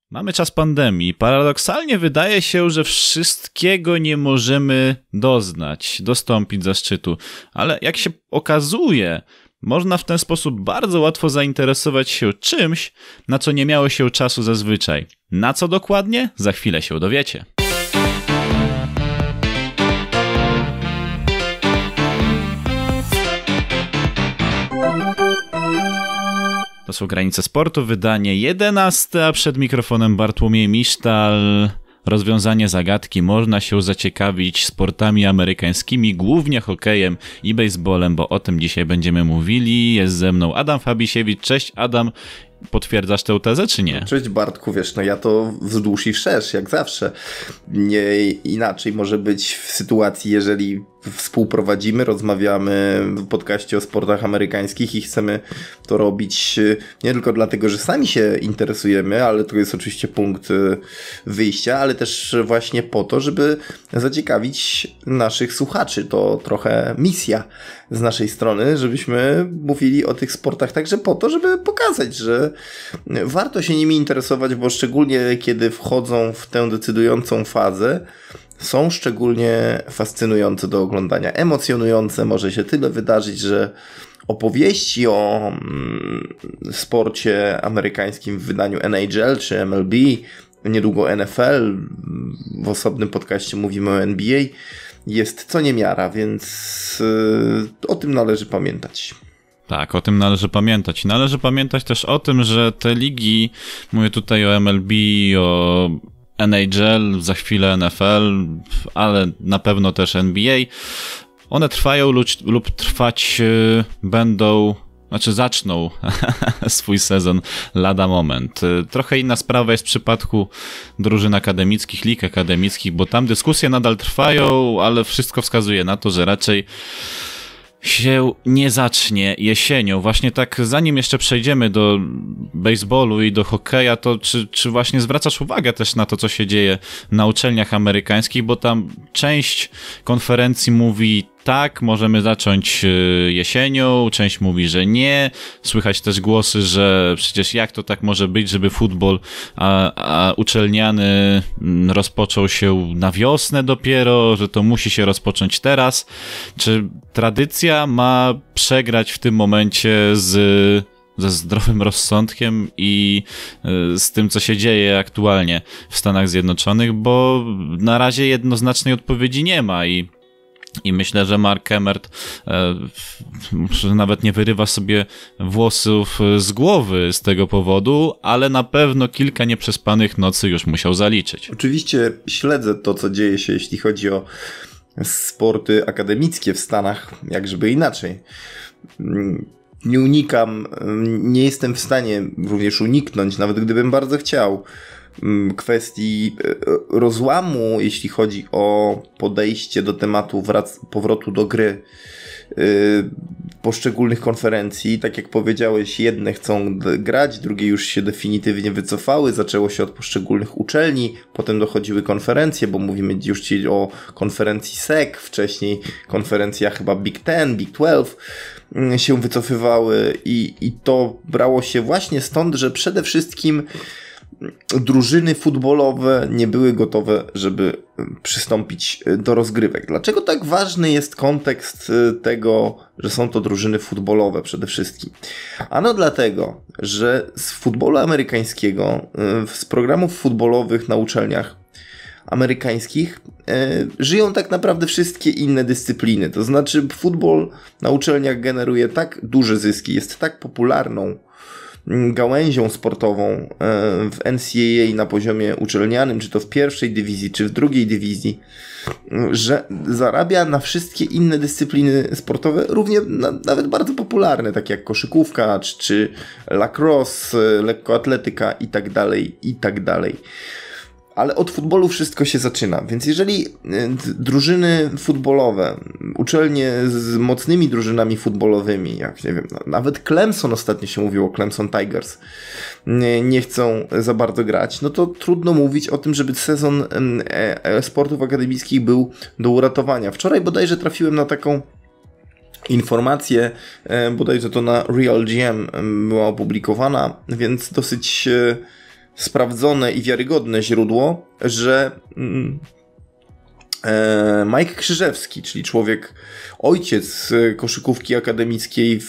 Mamy czas pandemii. Paradoksalnie wydaje się, że wszystkiego nie możemy dostąpić zaszczytu. Ale jak się okazuje, można w ten sposób bardzo łatwo zainteresować się czymś, na co nie miało się czasu zazwyczaj. Na co dokładnie? Za chwilę się dowiecie. To są Granice Sportu, wydanie 11, a przed mikrofonem Bartłomiej Misztal. Rozwiązanie zagadki: można się zaciekawić sportami amerykańskimi, głównie hokejem i baseballem, bo o tym dzisiaj będziemy mówili. Jest ze mną Adam Fabisiewicz. Cześć Adam, potwierdzasz tę tezę czy nie? Cześć Bartku, wiesz, ja to wzdłuż i wszerz, jak zawsze. Nie inaczej może być w sytuacji, jeżeli współprowadzimy, rozmawiamy w podcaście o sportach amerykańskich i chcemy to robić nie tylko dlatego, że sami się interesujemy, ale to jest oczywiście punkt wyjścia, ale też właśnie po to, żeby zaciekawić naszych słuchaczy. To trochę misja z naszej strony, żebyśmy mówili o tych sportach także po to, żeby pokazać, że warto się nimi interesować, bo szczególnie kiedy wchodzą w tę decydującą fazę, są szczególnie fascynujące do oglądania, emocjonujące. Może się tyle wydarzyć, że opowieści o sporcie amerykańskim w wydaniu NHL czy MLB, niedługo NFL, w osobnym podcaście mówimy o NBA, jest co niemiara, więc o tym należy pamiętać. Tak, o tym należy pamiętać. Należy pamiętać też o tym, że te ligi, mówię tutaj o MLB, o NHL, za chwilę NFL, ale na pewno też NBA, one trwają lub trwać będą, zaczną swój sezon lada moment. Trochę inna sprawa jest w przypadku drużyn akademickich, lig akademickich, bo tam dyskusje nadal trwają, ale wszystko wskazuje na to, że raczej się nie zacznie jesienią. Właśnie tak, zanim jeszcze przejdziemy do baseballu i do hokeja, to czy właśnie zwracasz uwagę też na to, co się dzieje na uczelniach amerykańskich, bo tam część konferencji mówi tak, możemy zacząć jesienią, część mówi, że nie. Słychać też głosy, że przecież jak to tak może być, żeby futbol uczelniany rozpoczął się na wiosnę dopiero, że to musi się rozpocząć teraz. Czy tradycja ma przegrać w tym momencie ze zdrowym rozsądkiem i z tym, co się dzieje aktualnie w Stanach Zjednoczonych, bo na razie jednoznacznej odpowiedzi nie ma i myślę, że Mark Emmert nawet nie wyrywa sobie włosów z głowy z tego powodu, ale na pewno kilka nieprzespanych nocy już musiał zaliczyć. Oczywiście śledzę to, co dzieje się, jeśli chodzi o sporty akademickie w Stanach, jakżeby inaczej. Nie unikam, nie jestem w stanie również uniknąć, nawet gdybym bardzo chciał, kwestii rozłamu, jeśli chodzi o podejście do tematu powrotu do gry poszczególnych konferencji. Tak jak powiedziałeś, jedne chcą grać, drugie już się definitywnie wycofały, zaczęło się od poszczególnych uczelni, potem dochodziły konferencje, bo mówimy już o konferencji SEC, wcześniej konferencja chyba Big Ten, Big 12 się wycofywały i to brało się właśnie stąd, że przede wszystkim drużyny futbolowe nie były gotowe, żeby przystąpić do rozgrywek. Dlaczego tak ważny jest kontekst tego, że są to drużyny futbolowe przede wszystkim? Ano dlatego, że z futbolu amerykańskiego, z programów futbolowych na uczelniach amerykańskich żyją tak naprawdę wszystkie inne dyscypliny. To znaczy futbol na uczelniach generuje tak duże zyski, jest tak popularną gałęzią sportową w NCAA na poziomie uczelnianym, czy to w pierwszej dywizji, czy w drugiej dywizji, że zarabia na wszystkie inne dyscypliny sportowe, równie nawet bardzo popularne, takie jak koszykówka, czy lacrosse, lekkoatletyka i tak dalej, i tak dalej. Ale od futbolu wszystko się zaczyna, więc jeżeli drużyny futbolowe, uczelnie z mocnymi drużynami futbolowymi, jak nie wiem, nawet Clemson, ostatnio się mówiło o Clemson Tigers, nie chcą za bardzo grać, no to trudno mówić o tym, żeby sezon sportów akademickich był do uratowania. Wczoraj bodajże trafiłem na taką informację, bodajże to na Real GM była opublikowana, więc dosyć sprawdzone i wiarygodne źródło, że Mike Krzyżewski, czyli ojciec koszykówki akademickiej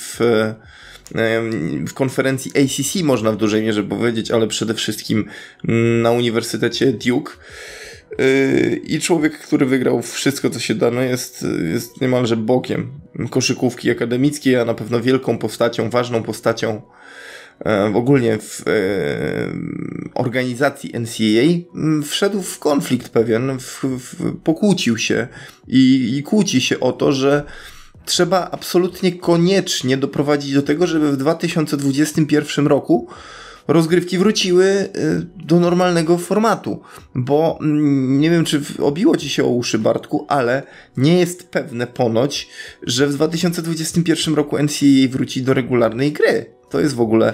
w konferencji ACC, można w dużej mierze powiedzieć, ale przede wszystkim na Uniwersytecie Duke, i człowiek, który wygrał wszystko, co się da, no jest niemalże bokiem koszykówki akademickiej, a na pewno wielką postacią, ważną postacią ogólnie w organizacji NCAA. Wszedł w konflikt pewien, pokłócił się i kłóci się o to, że trzeba absolutnie koniecznie doprowadzić do tego, żeby w 2021 roku rozgrywki wróciły do normalnego formatu, bo nie wiem, czy obiło ci się o uszy, Bartku, ale nie jest pewne ponoć, że w 2021 roku NCAA wróci do regularnej gry. To jest w ogóle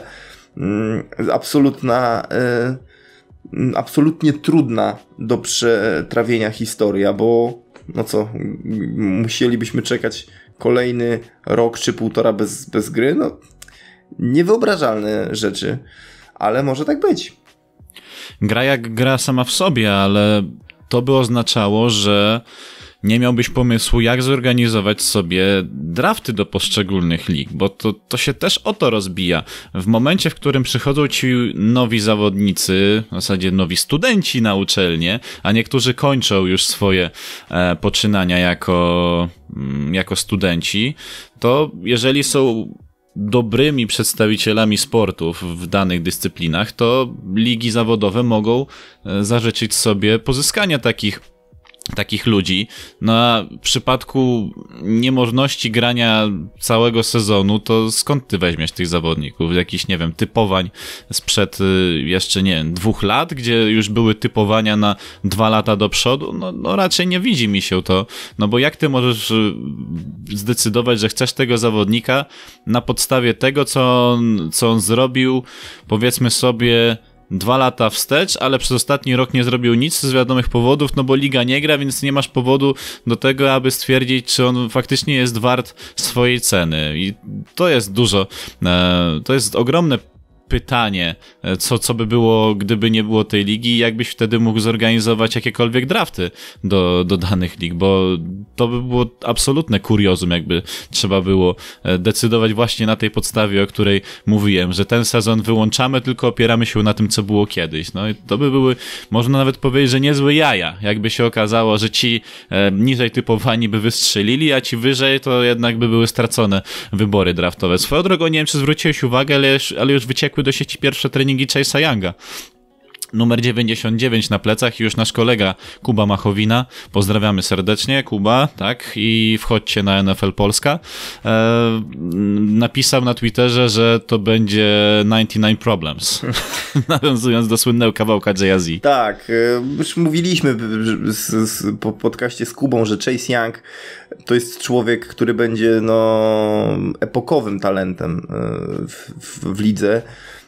absolutnie trudna do przetrawienia historia, bo no co, musielibyśmy czekać kolejny rok czy półtora bez gry? No, niewyobrażalne rzeczy, ale może tak być. Gra jak gra sama w sobie, ale to by oznaczało, że nie miałbyś pomysłu, jak zorganizować sobie drafty do poszczególnych lig, bo to się też o to rozbija. W momencie, w którym przychodzą ci nowi zawodnicy, w zasadzie nowi studenci na uczelnię, a niektórzy kończą już swoje poczynania jako studenci, to jeżeli są dobrymi przedstawicielami sportów w danych dyscyplinach, to ligi zawodowe mogą zażyczyć sobie pozyskania takich ludzi. No a w przypadku niemożności grania całego sezonu, to skąd ty weźmiesz tych zawodników? Jakichś, nie wiem, typowań sprzed jeszcze, nie wiem, 2 lat, gdzie już były typowania na 2 lata do przodu? No raczej nie widzi mi się to. No bo jak ty możesz zdecydować, że chcesz tego zawodnika na podstawie tego, co on zrobił, powiedzmy sobie 2 lata wstecz, ale przez ostatni rok nie zrobił nic z wiadomych powodów, no bo liga nie gra, więc nie masz powodu do tego, aby stwierdzić, czy on faktycznie jest wart swojej ceny. I to jest to jest ogromne pytanie, co by było, gdyby nie było tej ligi i jakbyś wtedy mógł zorganizować jakiekolwiek drafty do danych lig, bo to by było absolutne kuriozum, jakby trzeba było decydować właśnie na tej podstawie, o której mówiłem, że ten sezon wyłączamy, tylko opieramy się na tym, co było kiedyś. No i to by były, można nawet powiedzieć, że niezłe jaja, jakby się okazało, że ci niżej typowani by wystrzelili, a ci wyżej to jednak by były stracone wybory draftowe. Swoją drogą, nie wiem, czy zwróciłeś uwagę, ale już wyciekły do sieci pierwsze treningi Chase'a Younga. Numer 99 na plecach i już nasz kolega Kuba Machowina, pozdrawiamy serdecznie, Kuba, tak, i wchodźcie na NFL Polska, napisał na Twitterze, że to będzie 99 Problems, nawiązując do słynnego kawałka Jay-Z. Tak, już mówiliśmy po podcaście z Kubą, że Chase Young to jest człowiek, który będzie epokowym talentem w lidze.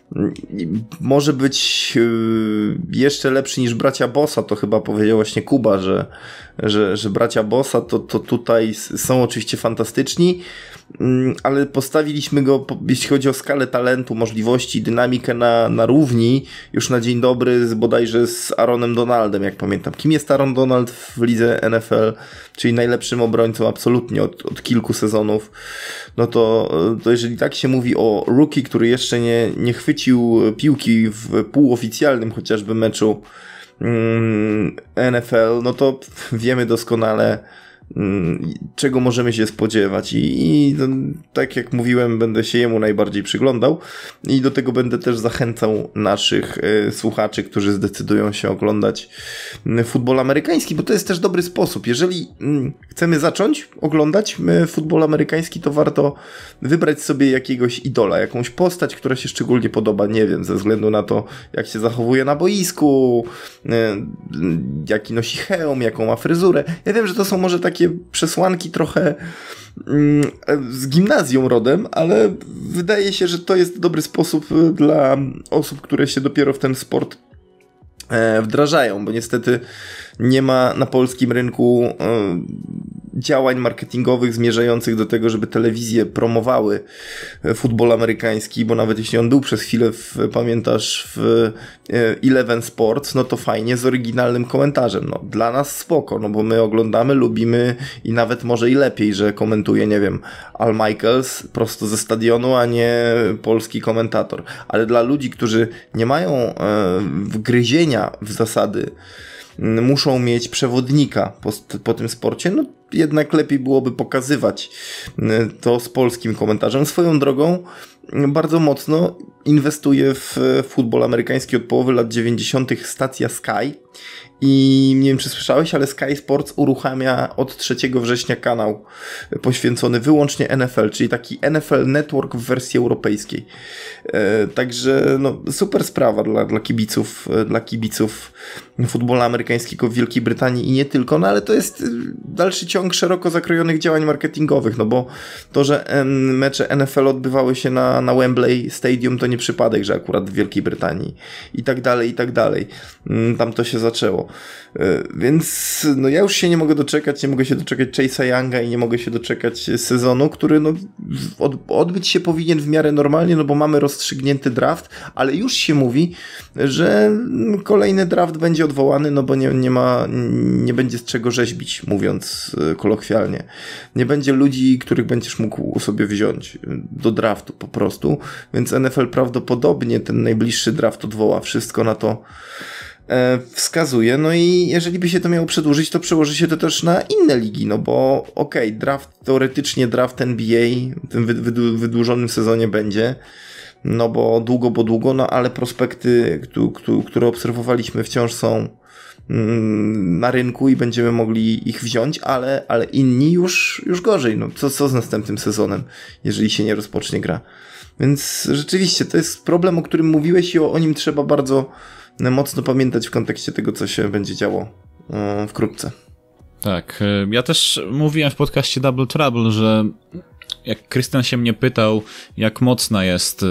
Może być jeszcze lepszy niż bracia Bossa, to chyba powiedział właśnie Kuba, że bracia Bossa to tutaj są oczywiście fantastyczni, ale postawiliśmy go, jeśli chodzi o skalę talentu, możliwości, dynamikę na równi, już na dzień dobry bodajże z Aaronem Donaldem, jak pamiętam. Kim jest Aaron Donald w lidze NFL, czyli najlepszym obrońcą absolutnie od kilku sezonów, no to jeżeli tak się mówi o rookie, który jeszcze nie chwycił piłki w półoficjalnym chociażby meczu NFL, no to wiemy doskonale, czego możemy się spodziewać i tak jak mówiłem, będę się jemu najbardziej przyglądał i do tego będę też zachęcał naszych słuchaczy, którzy zdecydują się oglądać futbol amerykański, bo to jest też dobry sposób. Jeżeli chcemy zacząć oglądać futbol amerykański, to warto wybrać sobie jakiegoś idola, jakąś postać, która się szczególnie podoba, nie wiem, ze względu na to, jak się zachowuje na boisku, jaki nosi hełm, jaką ma fryzurę. Ja wiem, że to są może takie przesłanki trochę z gimnazją rodem, ale wydaje się, że to jest dobry sposób dla osób, które się dopiero w ten sport wdrażają, bo niestety nie ma na polskim rynku działań marketingowych zmierzających do tego, żeby telewizje promowały futbol amerykański, bo nawet jeśli on był przez chwilę, pamiętasz, w Eleven Sports, no to fajnie, z oryginalnym komentarzem. No, dla nas spoko, no bo my oglądamy, lubimy i nawet może i lepiej, że komentuje, nie wiem, Al Michaels prosto ze stadionu, a nie polski komentator. Ale dla ludzi, którzy nie mają wgryzienia w zasady, muszą mieć przewodnika po tym sporcie, no jednak lepiej byłoby pokazywać to z polskim komentarzem. Swoją drogą bardzo mocno inwestuje w futbol amerykański od połowy lat 90. stacja Sky i nie wiem, czy słyszałeś, ale Sky Sports uruchamia od 3 września kanał poświęcony wyłącznie NFL, czyli taki NFL Network w wersji europejskiej. Także no, super sprawa dla kibiców futbolu amerykańskiego w Wielkiej Brytanii i nie tylko, no ale to jest dalszy ciąg szeroko zakrojonych działań marketingowych, no bo to, że mecze NFL odbywały się na Wembley Stadium, to nie przypadek, że akurat w Wielkiej Brytanii i tak dalej. Tam to się zaczęło. Więc no ja już się nie mogę doczekać Chase'a Younga i nie mogę się doczekać sezonu, który no odbyć się powinien w miarę normalnie, no bo mamy rozstrzygnięty draft, ale już się mówi, że kolejny draft będzie odwołany, no bo nie będzie z czego rzeźbić, mówiąc kolokwialnie. Nie będzie ludzi, których będziesz mógł sobie wziąć do draftu po prostu, więc NFL prawdopodobnie ten najbliższy draft odwoła. Wszystko na to wskazuje. No i jeżeli by się to miało przedłużyć, to przełoży się to też na inne ligi, no bo teoretycznie draft NBA w tym wydłużonym sezonie będzie, no bo długo, no ale prospekty, które obserwowaliśmy, wciąż są na rynku i będziemy mogli ich wziąć, ale inni już gorzej. No co z następnym sezonem, jeżeli się nie rozpocznie gra? Więc rzeczywiście to jest problem, o którym mówiłeś i o nim trzeba bardzo mocno pamiętać w kontekście tego, co się będzie działo wkrótce. Tak, ja też mówiłem w podcaście Double Trouble, że jak Krystian się mnie pytał, jak mocna jest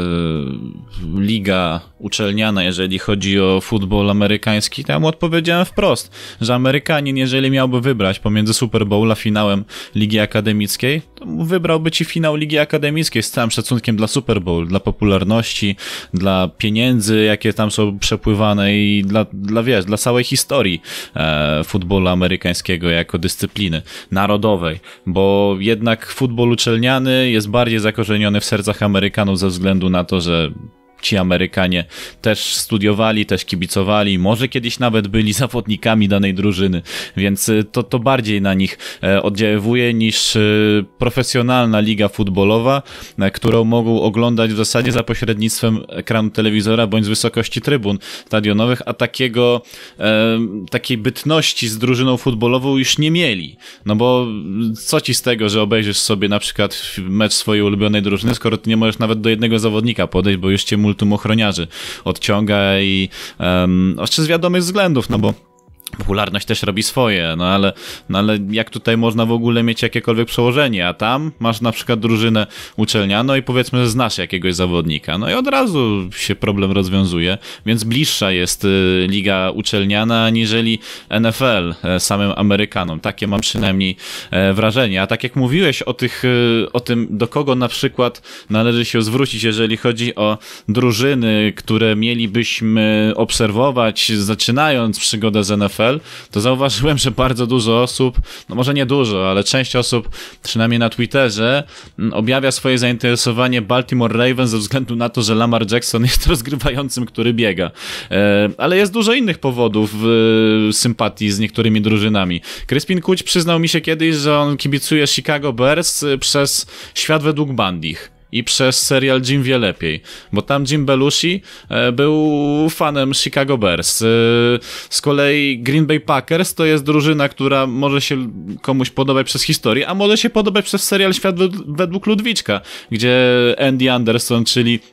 liga uczelniana, jeżeli chodzi o futbol amerykański, to ja mu odpowiedziałem wprost, że Amerykanin, jeżeli miałby wybrać pomiędzy Super Bowl a finałem Ligi Akademickiej, to wybrałby ci finał Ligi Akademickiej z całym szacunkiem dla Super Bowl, dla popularności, dla pieniędzy, jakie tam są przepływane i dla całej historii futbolu amerykańskiego jako dyscypliny narodowej, bo jednak futbol uczelniany jest bardziej zakorzeniony w sercach Amerykanów ze względu na to, że ci Amerykanie też studiowali, też kibicowali, może kiedyś nawet byli zawodnikami danej drużyny, więc to bardziej na nich oddziaływuje niż profesjonalna liga futbolowa, którą mogą oglądać w zasadzie za pośrednictwem ekranu telewizora bądź z wysokości trybun stadionowych, a takiej bytności z drużyną futbolową już nie mieli. No bo co ci z tego, że obejrzysz sobie na przykład mecz swojej ulubionej drużyny, skoro ty nie możesz nawet do jednego zawodnika podejść, bo już cię multum ochroniarzy odciąga i z wiadomych względów, no bo popularność też robi swoje, no ale jak tutaj można w ogóle mieć jakiekolwiek przełożenie, a tam masz na przykład drużynę uczelnianą i powiedzmy, że znasz jakiegoś zawodnika, no i od razu się problem rozwiązuje, więc bliższa jest liga uczelniana aniżeli NFL samym Amerykanom, takie mam przynajmniej wrażenie, a tak jak mówiłeś o tym, do kogo na przykład należy się zwrócić, jeżeli chodzi o drużyny, które mielibyśmy obserwować, zaczynając przygodę z NFL, to zauważyłem, że bardzo dużo osób, no może nie dużo, ale część osób, przynajmniej na Twitterze, objawia swoje zainteresowanie Baltimore Ravens ze względu na to, że Lamar Jackson jest rozgrywającym, który biega. Ale jest dużo innych powodów sympatii z niektórymi drużynami. Crispin Kuć przyznał mi się kiedyś, że on kibicuje Chicago Bears przez Świat według Bandich i przez serial Jim wie lepiej, bo tam Jim Belushi był fanem Chicago Bears. Z kolei Green Bay Packers to jest drużyna, która może się komuś podobać przez historię, a może się podobać przez serial Świat według Ludwiczka, gdzie Andy Anderson, czyli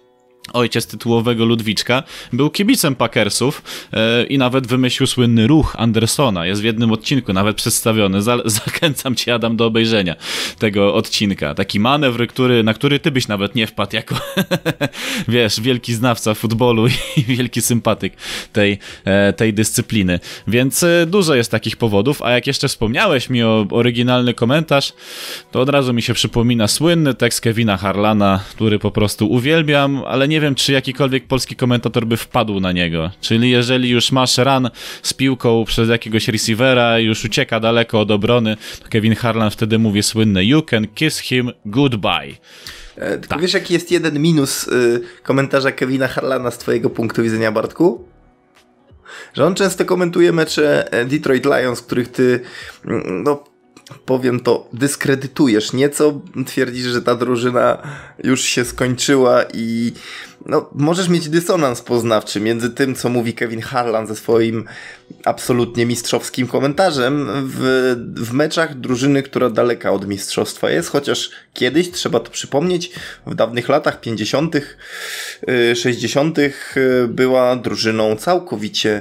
ojciec tytułowego Ludwiczka, był kibicem Packersów i nawet wymyślił słynny ruch Andersona. Jest w jednym odcinku nawet przedstawiony. Zachęcam cię, Adam, do obejrzenia tego odcinka. Taki manewr, na który ty byś nawet nie wpadł jako wiesz, wielki znawca futbolu i wielki sympatyk tej dyscypliny. Więc dużo jest takich powodów, a jak jeszcze wspomniałeś mi o oryginalny komentarz, to od razu mi się przypomina słynny tekst Kevina Harlana, który po prostu uwielbiam, ale nie wiem, czy jakikolwiek polski komentator by wpadł na niego. Czyli jeżeli już masz run z piłką przez jakiegoś receivera, już ucieka daleko od obrony, to Kevin Harlan wtedy mówi słynne "You can kiss him goodbye". Tylko tak. Wiesz, jaki jest jeden minus komentarza Kevina Harlana z twojego punktu widzenia, Bartku? Że on często komentuje mecze Detroit Lions, których ty, no powiem to, dyskredytujesz nieco, twierdzisz, że ta drużyna już się skończyła i no, możesz mieć dysonans poznawczy między tym, co mówi Kevin Harlan ze swoim absolutnie mistrzowskim komentarzem w meczach drużyny, która daleka od mistrzostwa jest, chociaż kiedyś, trzeba to przypomnieć, w dawnych latach 50., 60. była drużyną całkowicie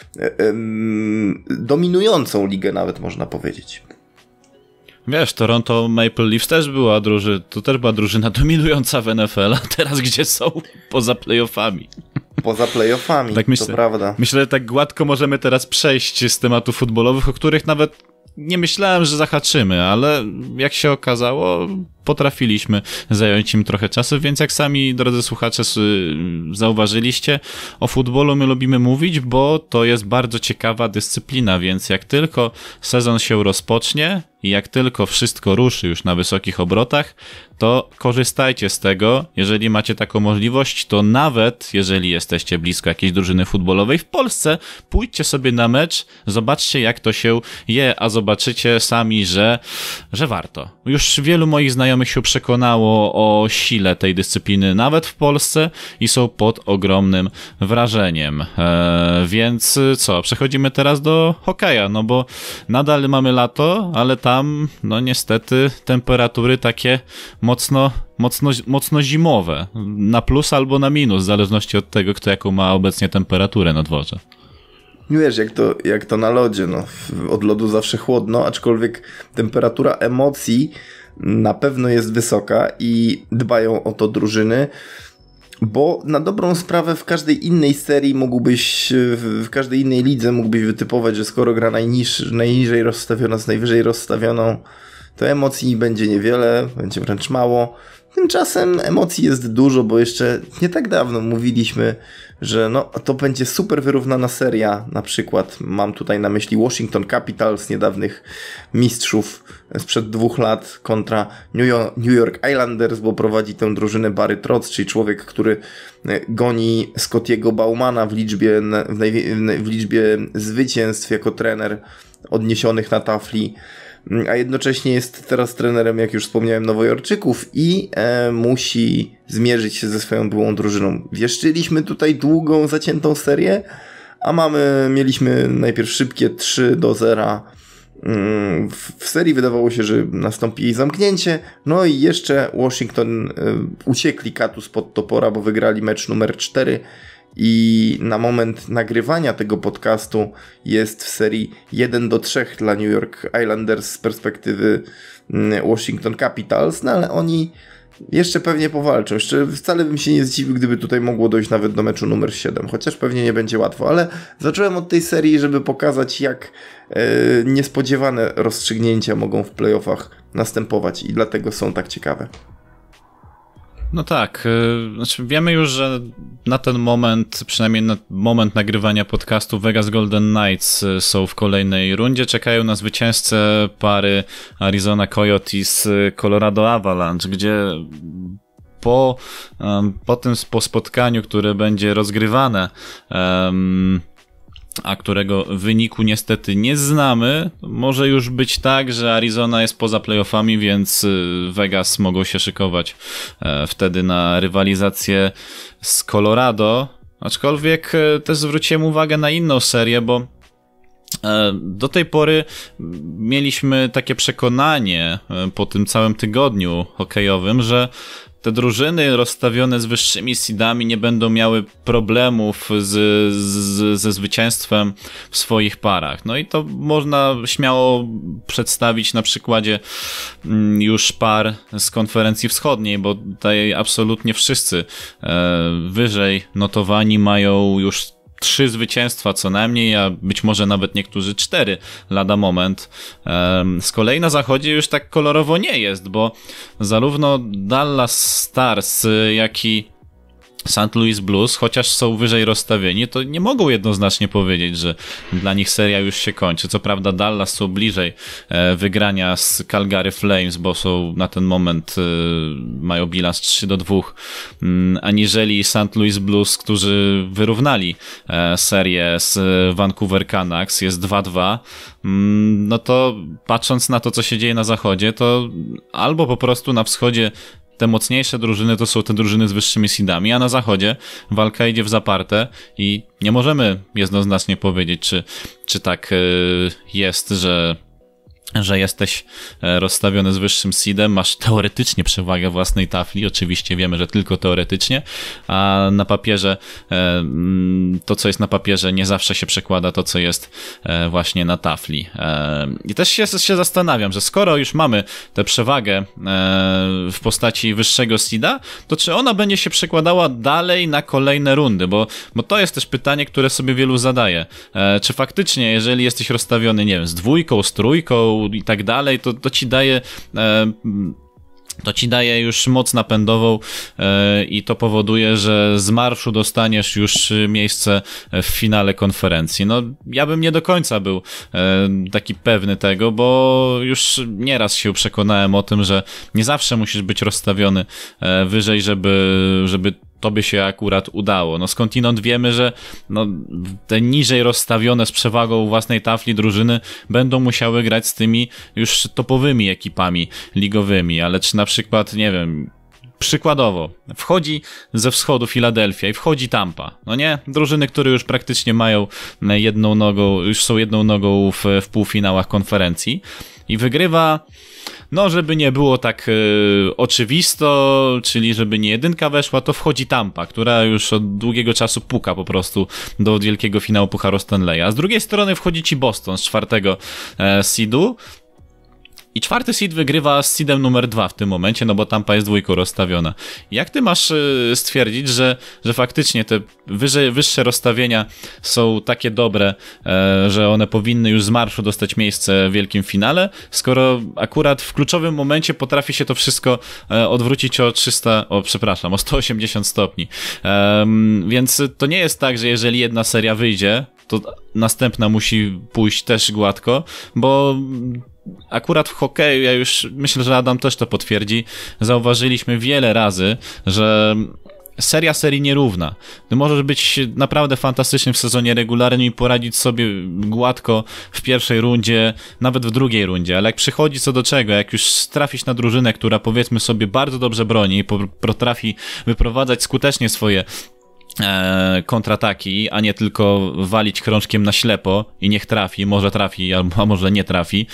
dominującą ligę, nawet można powiedzieć. Wiesz, Toronto Maple Leafs też była drużyna dominująca w NFL, a teraz gdzie są? Poza playoffami. Poza playoffami, tak myślę, to prawda. Myślę, że tak gładko możemy teraz przejść z tematów futbolowych, o których nawet nie myślałem, że zahaczymy, ale jak się okazało, potrafiliśmy zająć im trochę czasu, więc jak sami, drodzy słuchacze, zauważyliście, o futbolu my lubimy mówić, bo to jest bardzo ciekawa dyscyplina, więc jak tylko sezon się rozpocznie i jak tylko wszystko ruszy już na wysokich obrotach, to korzystajcie z tego. Jeżeli macie taką możliwość, to nawet jeżeli jesteście blisko jakiejś drużyny futbolowej w Polsce, pójdźcie sobie na mecz, zobaczcie, jak to się je, a zobaczycie sami, że warto. Już wielu moich znajomych się przekonało o sile tej dyscypliny nawet w Polsce i są pod ogromnym wrażeniem. Więc co, przechodzimy teraz do hokeja, no bo nadal mamy lato, ale tam, no niestety, temperatury takie mocno zimowe. Na plus albo na minus, w zależności od tego, kto jaką ma obecnie temperaturę na dworze. Wiesz, jak to na lodzie, no. Od lodu zawsze chłodno, aczkolwiek temperatura emocji na pewno jest wysoka i dbają o to drużyny, bo na dobrą sprawę w każdej innej serii w każdej innej lidze mógłbyś wytypować, że skoro gra najniżej rozstawiona z najwyżej rozstawioną, to emocji będzie niewiele, będzie wręcz mało. Tymczasem emocji jest dużo, bo jeszcze nie tak dawno mówiliśmy, że no, to będzie super wyrównana seria. Na przykład mam tutaj na myśli Washington Capitals, niedawnych mistrzów sprzed 2 lat, kontra New York Islanders, bo prowadzi tę drużynę Barry Trotz, czyli człowiek, który goni Scottiego Baumana w liczbie zwycięstw jako trener odniesionych na tafli, a jednocześnie jest teraz trenerem, jak już wspomniałem, Nowojorczyków i musi zmierzyć się ze swoją byłą drużyną. Wieszczyliśmy tutaj długą, zaciętą serię, a mieliśmy najpierw szybkie 3-0. W serii wydawało się, że nastąpi jej zamknięcie, no i jeszcze Washington uciekli katu spod topora, bo wygrali mecz numer 4 i na moment nagrywania tego podcastu jest w serii 1-3 dla New York Islanders z perspektywy Washington Capitals, no ale oni jeszcze pewnie powalczą. Jeszcze wcale bym się nie zdziwił, gdyby tutaj mogło dojść nawet do meczu numer 7, chociaż pewnie nie będzie łatwo, ale zacząłem od tej serii, żeby pokazać, jak niespodziewane rozstrzygnięcia mogą w playoffach następować i dlatego są tak ciekawe. No tak, znaczy wiemy już, że na ten moment, przynajmniej na moment nagrywania podcastu, Vegas Golden Knights są w kolejnej rundzie, czekają na zwycięzcę pary Arizona Coyotes Colorado Avalanche, gdzie po spotkaniu, które będzie rozgrywane, a którego wyniku niestety nie znamy, może już być tak, że Arizona jest poza playoffami, więc Vegas mogą się szykować wtedy na rywalizację z Colorado, aczkolwiek też zwróciłem uwagę na inną serię, bo do tej pory mieliśmy takie przekonanie po tym całym tygodniu hokejowym, że te drużyny rozstawione z wyższymi seedami nie będą miały problemów ze zwycięstwem w swoich parach. No i to można śmiało przedstawić na przykładzie już par z konferencji wschodniej, bo tutaj absolutnie wszyscy wyżej notowani mają już 3 zwycięstwa co najmniej, a być może nawet niektórzy 4 lada moment. Z kolei na zachodzie już tak kolorowo nie jest, bo zarówno Dallas Stars, jak i St. Louis Blues, chociaż są wyżej rozstawieni, to nie mogą jednoznacznie powiedzieć, że dla nich seria już się kończy. Co prawda Dallas są bliżej wygrania z Calgary Flames, bo są na ten moment mają bilans 3-2, aniżeli St. Louis Blues, którzy wyrównali serię z Vancouver Canucks, jest 2-2. No to patrząc na to, co się dzieje na zachodzie, to albo po prostu na wschodzie te mocniejsze drużyny to są te drużyny z wyższymi seedami, a na zachodzie walka idzie w zaparte i nie możemy jednoznacznie powiedzieć, czy tak jest, że jesteś rozstawiony z wyższym seedem, masz teoretycznie przewagę własnej tafli, oczywiście wiemy, że tylko teoretycznie, a na papierze to, co jest na papierze, nie zawsze się przekłada to, co jest właśnie na tafli. I też się zastanawiam, że skoro już mamy tę przewagę w postaci wyższego seeda, to czy ona będzie się przekładała dalej na kolejne rundy, bo to jest też pytanie, które sobie wielu zadaje. Czy faktycznie, jeżeli jesteś rozstawiony, nie wiem, z 2, z 3 i tak dalej, to ci daje już moc napędową i to powoduje, że z marszu dostaniesz już miejsce w finale konferencji. No, ja bym nie do końca był taki pewny tego, bo już nieraz się przekonałem o tym, że nie zawsze musisz być rozstawiony wyżej, żeby tobie się akurat udało. No skądinąd wiemy, że te niżej rozstawione z przewagą własnej tafli drużyny będą musiały grać z tymi już topowymi ekipami ligowymi, ale czy na przykład, nie wiem, przykładowo, wchodzi ze wschodu Filadelfia i wchodzi Tampa. No nie? Drużyny, które już praktycznie mają jedną nogą, już są jedną nogą w półfinałach konferencji i wygrywa, no żeby nie było tak oczywisto, czyli żeby nie jedynka weszła, to wchodzi Tampa, która już od długiego czasu puka po prostu do wielkiego finału Pucharu Stanleya. A z drugiej strony wchodzi ci Boston z 4. seedu, i 4. seed wygrywa z seedem numer 2 w tym momencie, no bo Tampa jest 2 rozstawiona. Jak ty masz stwierdzić, że faktycznie te wyższe rozstawienia są takie dobre, że one powinny już z marszu dostać miejsce w wielkim finale, skoro akurat w kluczowym momencie potrafi się to wszystko odwrócić o 180 stopni. Więc to nie jest tak, że jeżeli jedna seria wyjdzie, to następna musi pójść też gładko, bo akurat w hokeju, ja już myślę, że Adam też to potwierdzi, zauważyliśmy wiele razy, że seria serii nierówna. Ty możesz być naprawdę fantastyczny w sezonie regularnym i poradzić sobie gładko w pierwszej rundzie, nawet w drugiej rundzie, ale jak przychodzi co do czego, jak już trafisz na drużynę, która powiedzmy sobie bardzo dobrze broni i potrafi wyprowadzać skutecznie swoje kontrataki, a nie tylko walić krążkiem na ślepo i niech trafi, a może nie trafi,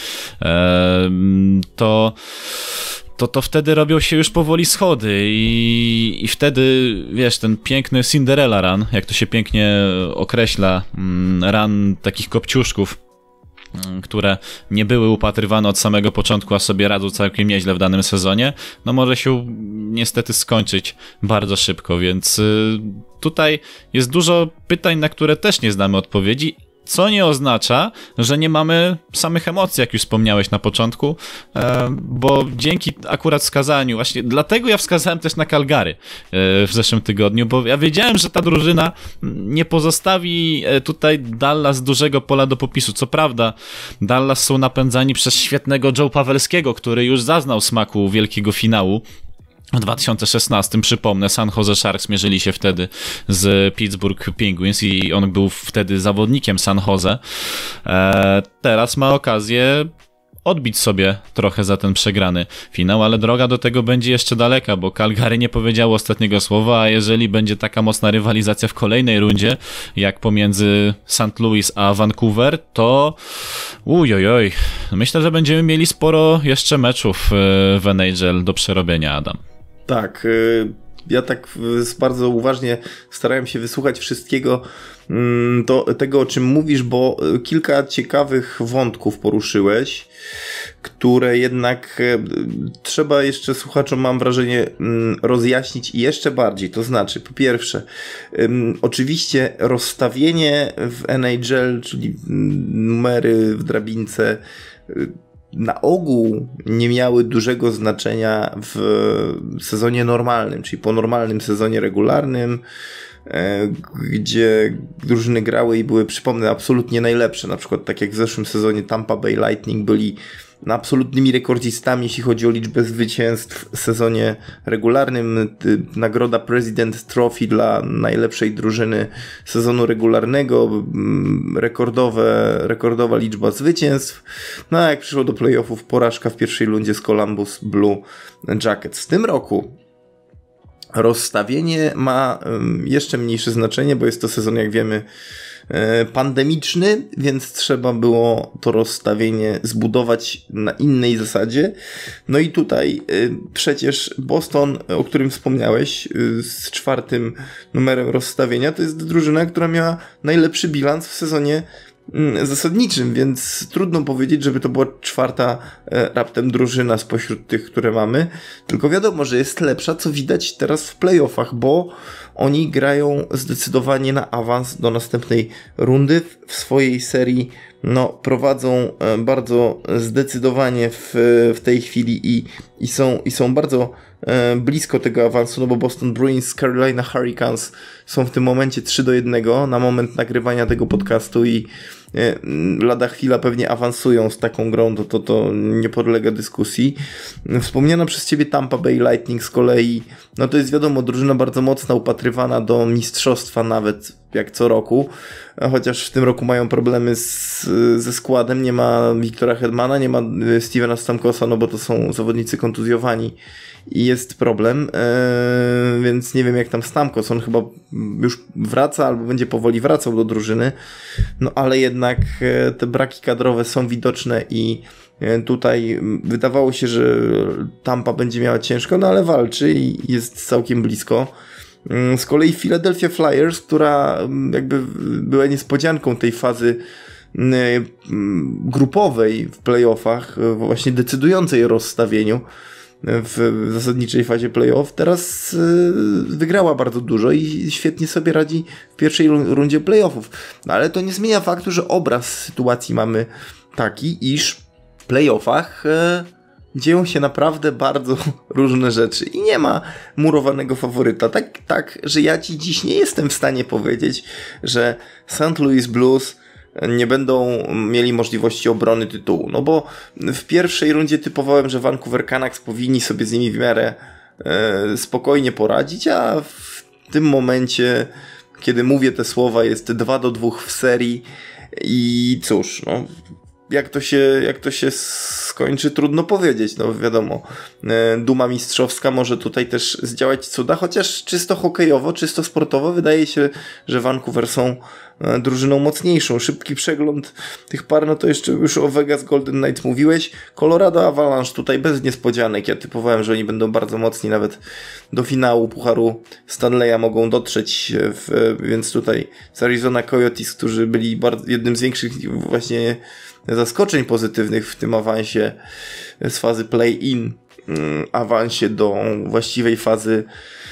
to wtedy robią się już powoli schody i wtedy, wiesz, ten piękny Cinderella run, jak to się pięknie określa, run takich kopciuszków, które nie były upatrywane od samego początku, a sobie radzą całkiem nieźle w danym sezonie, no może się niestety skończyć bardzo szybko, więc tutaj jest dużo pytań, na które też nie znamy odpowiedzi, co nie oznacza, że nie mamy samych emocji, jak już wspomniałeś na początku, bo dzięki akurat wskazaniu, właśnie dlatego ja wskazałem też na Calgary w zeszłym tygodniu, bo ja wiedziałem, że ta drużyna nie pozostawi tutaj Dallas dużego pola do popisu. Co prawda Dallas są napędzani przez świetnego Joe Pawelskiego, który już zaznał smaku wielkiego finału. W 2016, przypomnę, San Jose Sharks mierzyli się wtedy z Pittsburgh Penguins i on był wtedy zawodnikiem San Jose. Teraz ma okazję odbić sobie trochę za ten przegrany finał, ale droga do tego będzie jeszcze daleka, bo Calgary nie powiedziało ostatniego słowa, a jeżeli będzie taka mocna rywalizacja w kolejnej rundzie, jak pomiędzy St. Louis a Vancouver, to myślę, że będziemy mieli sporo jeszcze meczów w NHL do przerobienia, Adam. Tak, ja tak bardzo uważnie starałem się wysłuchać wszystkiego tego, o czym mówisz, bo kilka ciekawych wątków poruszyłeś, które jednak trzeba jeszcze słuchaczom, mam wrażenie, rozjaśnić i jeszcze bardziej. To znaczy, po pierwsze, oczywiście rozstawienie w NHL, czyli numery w drabince, na ogół nie miały dużego znaczenia w sezonie normalnym, czyli po normalnym sezonie regularnym, gdzie drużyny grały i były, przypomnę, absolutnie najlepsze. Na przykład tak jak w zeszłym sezonie Tampa Bay Lightning byli absolutnymi rekordzistami, jeśli chodzi o liczbę zwycięstw w sezonie regularnym. Nagroda President Trophy dla najlepszej drużyny sezonu regularnego, rekordowa liczba zwycięstw. No a jak przyszło do playoffów, porażka w pierwszej rundzie z Columbus Blue Jackets. W tym roku rozstawienie ma jeszcze mniejsze znaczenie, bo jest to sezon, jak wiemy, pandemiczny, więc trzeba było to rozstawienie zbudować na innej zasadzie. No i tutaj przecież Boston, o którym wspomniałeś, z 4. numerem rozstawienia, to jest drużyna, która miała najlepszy bilans w sezonie zasadniczym, więc trudno powiedzieć, żeby to była 4. raptem drużyna spośród tych, które mamy, tylko wiadomo, że jest lepsza, co widać teraz w playoffach, bo oni grają zdecydowanie na awans do następnej rundy w swojej serii, no prowadzą bardzo zdecydowanie w tej chwili i są bardzo blisko tego awansu, no bo Boston Bruins, Carolina Hurricanes są w tym momencie 3-1 na moment nagrywania tego podcastu i lada chwila pewnie awansują z taką grą, to nie podlega dyskusji. Wspomniana przez ciebie Tampa Bay Lightning z kolei, no to jest wiadomo, drużyna bardzo mocna, upatrywana do mistrzostwa nawet jak co roku, chociaż w tym roku mają problemy ze składem, nie ma Wiktora Hedmana, nie ma Stevena Stamkosa, no bo to są zawodnicy kontuzjowani i jest problem, więc nie wiem jak tam Stamkos, on chyba już wraca albo będzie powoli wracał do drużyny, no ale jednak te braki kadrowe są widoczne i tutaj wydawało się, że Tampa będzie miała ciężko, no ale walczy i jest całkiem blisko. Z kolei Philadelphia Flyers, która jakby była niespodzianką tej fazy grupowej w playoffach, właśnie decydującej o rozstawieniu w zasadniczej fazie playoff, teraz wygrała bardzo dużo i świetnie sobie radzi w pierwszej rundzie playoffów. No ale to nie zmienia faktu, że obraz sytuacji mamy taki, iż w playoffach dzieją się naprawdę bardzo różne rzeczy i nie ma murowanego faworyta. Tak, że ja ci dziś nie jestem w stanie powiedzieć, że St. Louis Blues nie będą mieli możliwości obrony tytułu. No bo w pierwszej rundzie typowałem, że Vancouver Canucks powinni sobie z nimi w miarę spokojnie poradzić, a w tym momencie, kiedy mówię te słowa, jest 2-2 w serii i cóż, no jak to się skończy, trudno powiedzieć, no wiadomo, duma mistrzowska może tutaj też zdziałać cuda, chociaż czysto hokejowo, czysto sportowo wydaje się, że Vancouver są drużyną mocniejszą. Szybki przegląd tych par, no to jeszcze już o Vegas Golden Knights mówiłeś, Colorado Avalanche tutaj bez niespodzianek, ja typowałem, że oni będą bardzo mocni, nawet do finału Pucharu Stanleya mogą dotrzeć, więc tutaj z Arizona Coyotes, którzy byli jednym z większych właśnie zaskoczeń pozytywnych w tym awansie z fazy play-in, awansie do właściwej fazy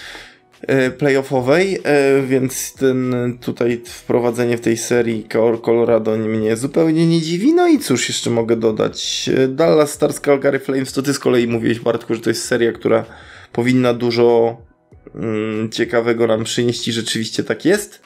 playoffowej, więc tutaj wprowadzenie w tej serii Colorado mnie zupełnie nie dziwi. No i cóż jeszcze mogę dodać? Dallas Stars Calgary Flames, to ty z kolei mówiłeś, Bartku, że to jest seria, która powinna dużo ciekawego nam przynieść i rzeczywiście tak jest.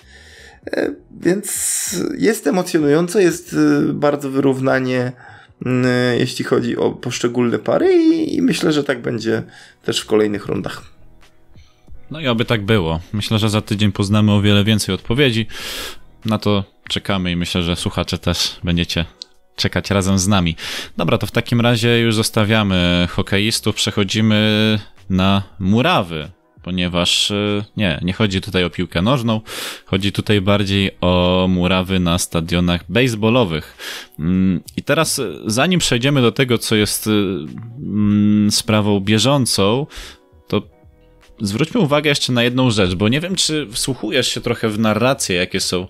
Więc jest emocjonująco, jest bardzo wyrównanie, jeśli chodzi o poszczególne pary i myślę, że tak będzie też w kolejnych rundach. No i oby tak było. Myślę, że za tydzień poznamy o wiele więcej odpowiedzi. Na to czekamy i myślę, że słuchacze też będziecie czekać razem z nami. Dobra, to w takim razie już zostawiamy hokeistów, przechodzimy na murawy. Ponieważ nie chodzi tutaj o piłkę nożną, chodzi tutaj bardziej o murawy na stadionach baseballowych. I teraz, zanim przejdziemy do tego, co jest sprawą bieżącą, to zwróćmy uwagę jeszcze na jedną rzecz, bo nie wiem, czy wsłuchujesz się trochę w narracje, jakie są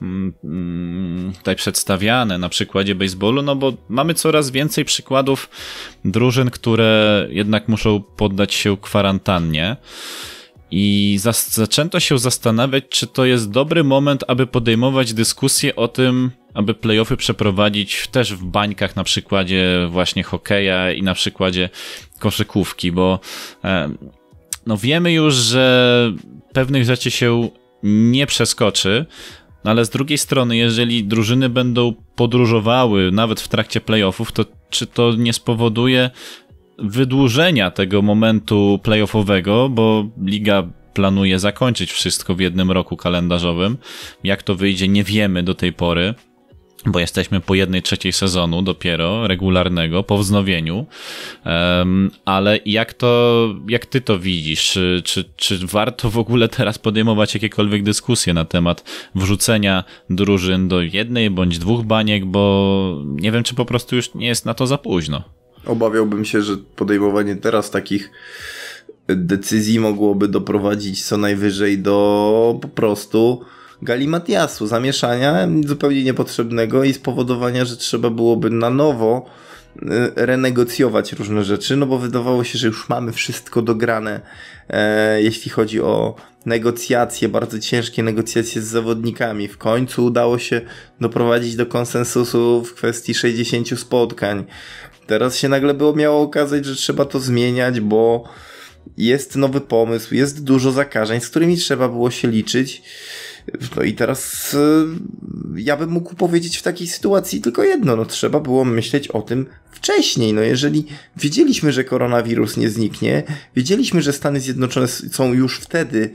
tutaj przedstawiane na przykładzie baseballu, no bo mamy coraz więcej przykładów drużyn, które jednak muszą poddać się kwarantannie. I zaczęto się zastanawiać, czy to jest dobry moment, aby podejmować dyskusję o tym, aby play-offy przeprowadzić też w bańkach na przykładzie właśnie hokeja i na przykładzie koszykówki, bo no wiemy już, że pewnych rzeczy się nie przeskoczy, no ale z drugiej strony, jeżeli drużyny będą podróżowały nawet w trakcie play-offów, to czy to nie spowoduje wydłużenia tego momentu playoffowego, bo liga planuje zakończyć wszystko w jednym roku kalendarzowym. Jak to wyjdzie, nie wiemy do tej pory, bo jesteśmy po 1/3 sezonu dopiero regularnego, po wznowieniu. Ale jak ty to widzisz? Czy warto w ogóle teraz podejmować jakiekolwiek dyskusje na temat wrzucenia drużyn do jednej bądź dwóch baniek, bo nie wiem, czy po prostu już nie jest na to za późno. Obawiałbym się, że podejmowanie teraz takich decyzji mogłoby doprowadzić co najwyżej do po prostu galimatiasu, zamieszania zupełnie niepotrzebnego i spowodowania, że trzeba byłoby na nowo renegocjować różne rzeczy, no bo wydawało się, że już mamy wszystko dograne, jeśli chodzi o negocjacje, bardzo ciężkie negocjacje z zawodnikami. W końcu udało się doprowadzić do konsensusu w kwestii 60 spotkań. Teraz się nagle miało okazać, że trzeba to zmieniać, bo jest nowy pomysł, jest dużo zakażeń, z którymi trzeba było się liczyć. No i teraz ja bym mógł powiedzieć w takiej sytuacji tylko jedno, no trzeba było myśleć o tym wcześniej. No jeżeli wiedzieliśmy, że koronawirus nie zniknie, wiedzieliśmy, że Stany Zjednoczone są już wtedy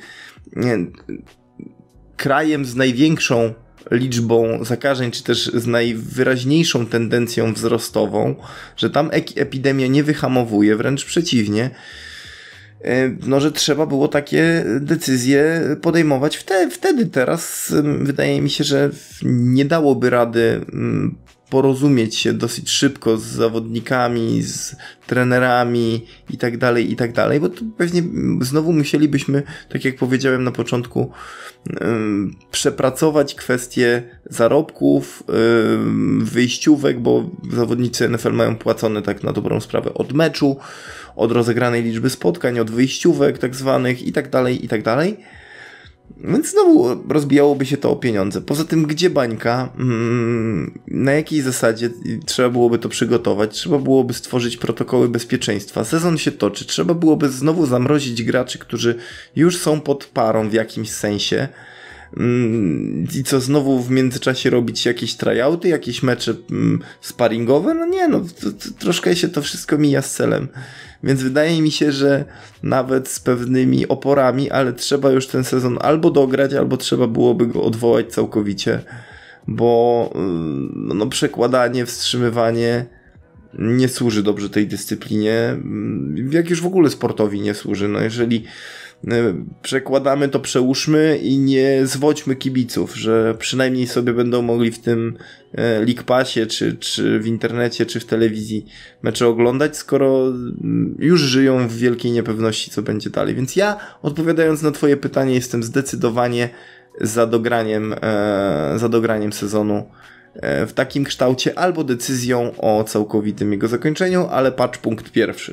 krajem z największą liczbą zakażeń, czy też z najwyraźniejszą tendencją wzrostową, że tam epidemia nie wyhamowuje, wręcz przeciwnie, no, że trzeba było takie decyzje podejmować wtedy. Teraz wydaje mi się, że nie dałoby rady porozumieć się dosyć szybko z zawodnikami, z trenerami i tak dalej, bo to pewnie znowu musielibyśmy, tak jak powiedziałem na początku, przepracować kwestie zarobków, wyjściówek, bo zawodnicy NFL mają płacone tak na dobrą sprawę od meczu, od rozegranej liczby spotkań, od wyjściówek tak zwanych i tak dalej. Więc znowu rozbijałoby się to o pieniądze. Poza tym, gdzie bańka, na jakiej zasadzie trzeba byłoby to przygotować, trzeba byłoby stworzyć protokoły bezpieczeństwa. Sezon się toczy, trzeba byłoby znowu zamrozić graczy, którzy już są pod parą w jakimś sensie. I co, znowu w międzyczasie robić jakieś tryouty, jakieś mecze sparingowe? No nie, no troszkę się to wszystko mija z celem. Więc wydaje mi się, że nawet z pewnymi oporami, ale trzeba już ten sezon albo dograć, albo trzeba byłoby go odwołać całkowicie, bo no, przekładanie, wstrzymywanie nie służy dobrze tej dyscyplinie, jak już w ogóle sportowi nie służy. No jeżeli przekładamy, to przełóżmy i nie zwodźmy kibiców, że przynajmniej sobie będą mogli w tym League Passie, czy w internecie, czy w telewizji mecze oglądać, skoro już żyją w wielkiej niepewności, co będzie dalej. Więc ja, odpowiadając na twoje pytanie, jestem zdecydowanie za dograniem sezonu w takim kształcie, albo decyzją o całkowitym jego zakończeniu, ale patrz punkt pierwszy.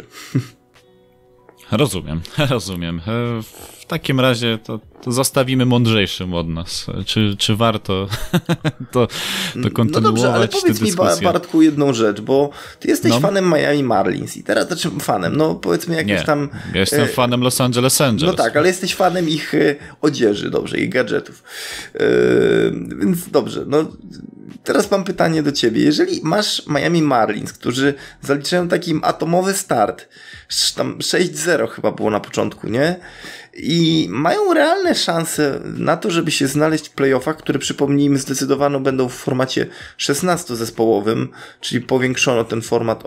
Rozumiem. W takim razie to zostawimy mądrzejszym od nas. Czy warto to kontynuować? No dobrze, ale powiedz mi, Bartku, jedną rzecz, bo ty jesteś fanem Miami Marlins i teraz, znaczy fanem, no powiedzmy jakimś tam... Ja jestem fanem Los Angeles Angels. No tak, ale jesteś fanem ich odzieży, dobrze, ich gadżetów. Więc dobrze, no teraz mam pytanie do ciebie. Jeżeli masz Miami Marlins, którzy zaliczają taki atomowy start, tam 6-0 chyba było na początku, nie? I mają realne szanse na to, żeby się znaleźć w playoffach, które, przypomnijmy, zdecydowanie będą w formacie 16-zespołowym, czyli powiększono ten format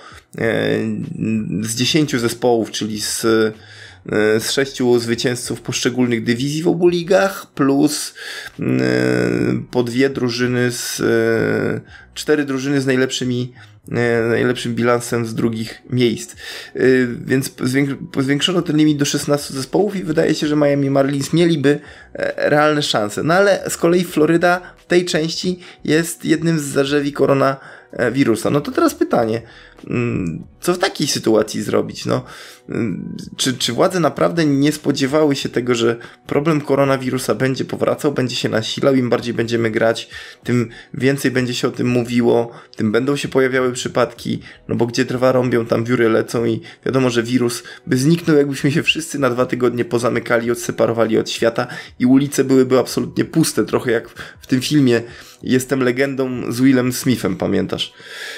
z 10 zespołów, czyli z 6 zwycięzców poszczególnych dywizji w obu ligach, plus po 4 drużyny z najlepszymi najlepszym bilansem z drugich miejsc. Więc zwiększono ten limit do 16 zespołów i wydaje się, że Miami Marlins mieliby realne szanse. No ale z kolei Floryda w tej części jest jednym z zarzewi koronawirusa. No to teraz pytanie, co w takiej sytuacji zrobić? No, czy władze naprawdę nie spodziewały się tego, że problem koronawirusa będzie powracał, będzie się nasilał, im bardziej będziemy grać, tym więcej będzie się o tym mówiło, tym będą się pojawiały przypadki, no bo gdzie drwa rąbią, tam wióry lecą i wiadomo, że wirus by zniknął, jakbyśmy się wszyscy na 2 tygodnie pozamykali, odseparowali od świata i ulice byłyby absolutnie puste, trochę jak w tym filmie Jestem legendą z Willem Smithem, pamiętasz?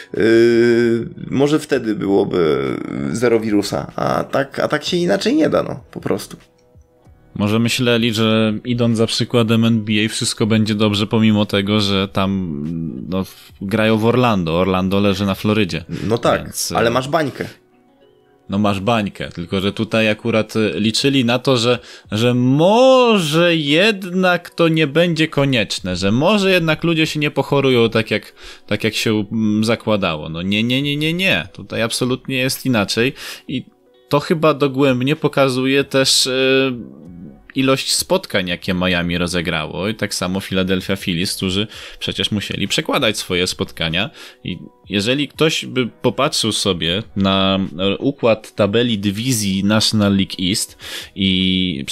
Może wtedy byłoby zero wirusa, a tak się inaczej nie da, no, po prostu. Może myśleli, że idąc za przykładem NBA wszystko będzie dobrze, pomimo tego, że tam grają w Orlando. Orlando leży na Florydzie. No tak, więc, ale masz bańkę. No masz bańkę, tylko że tutaj akurat liczyli na to, że może jednak to nie będzie konieczne, że może jednak ludzie się nie pochorują tak jak się zakładało. No nie. Tutaj absolutnie jest inaczej i to chyba dogłębnie pokazuje też ilość spotkań, jakie Miami rozegrało i tak samo Philadelphia Phillies, którzy przecież musieli przekładać swoje spotkania i jeżeli ktoś by popatrzył sobie na układ tabeli dywizji National League East i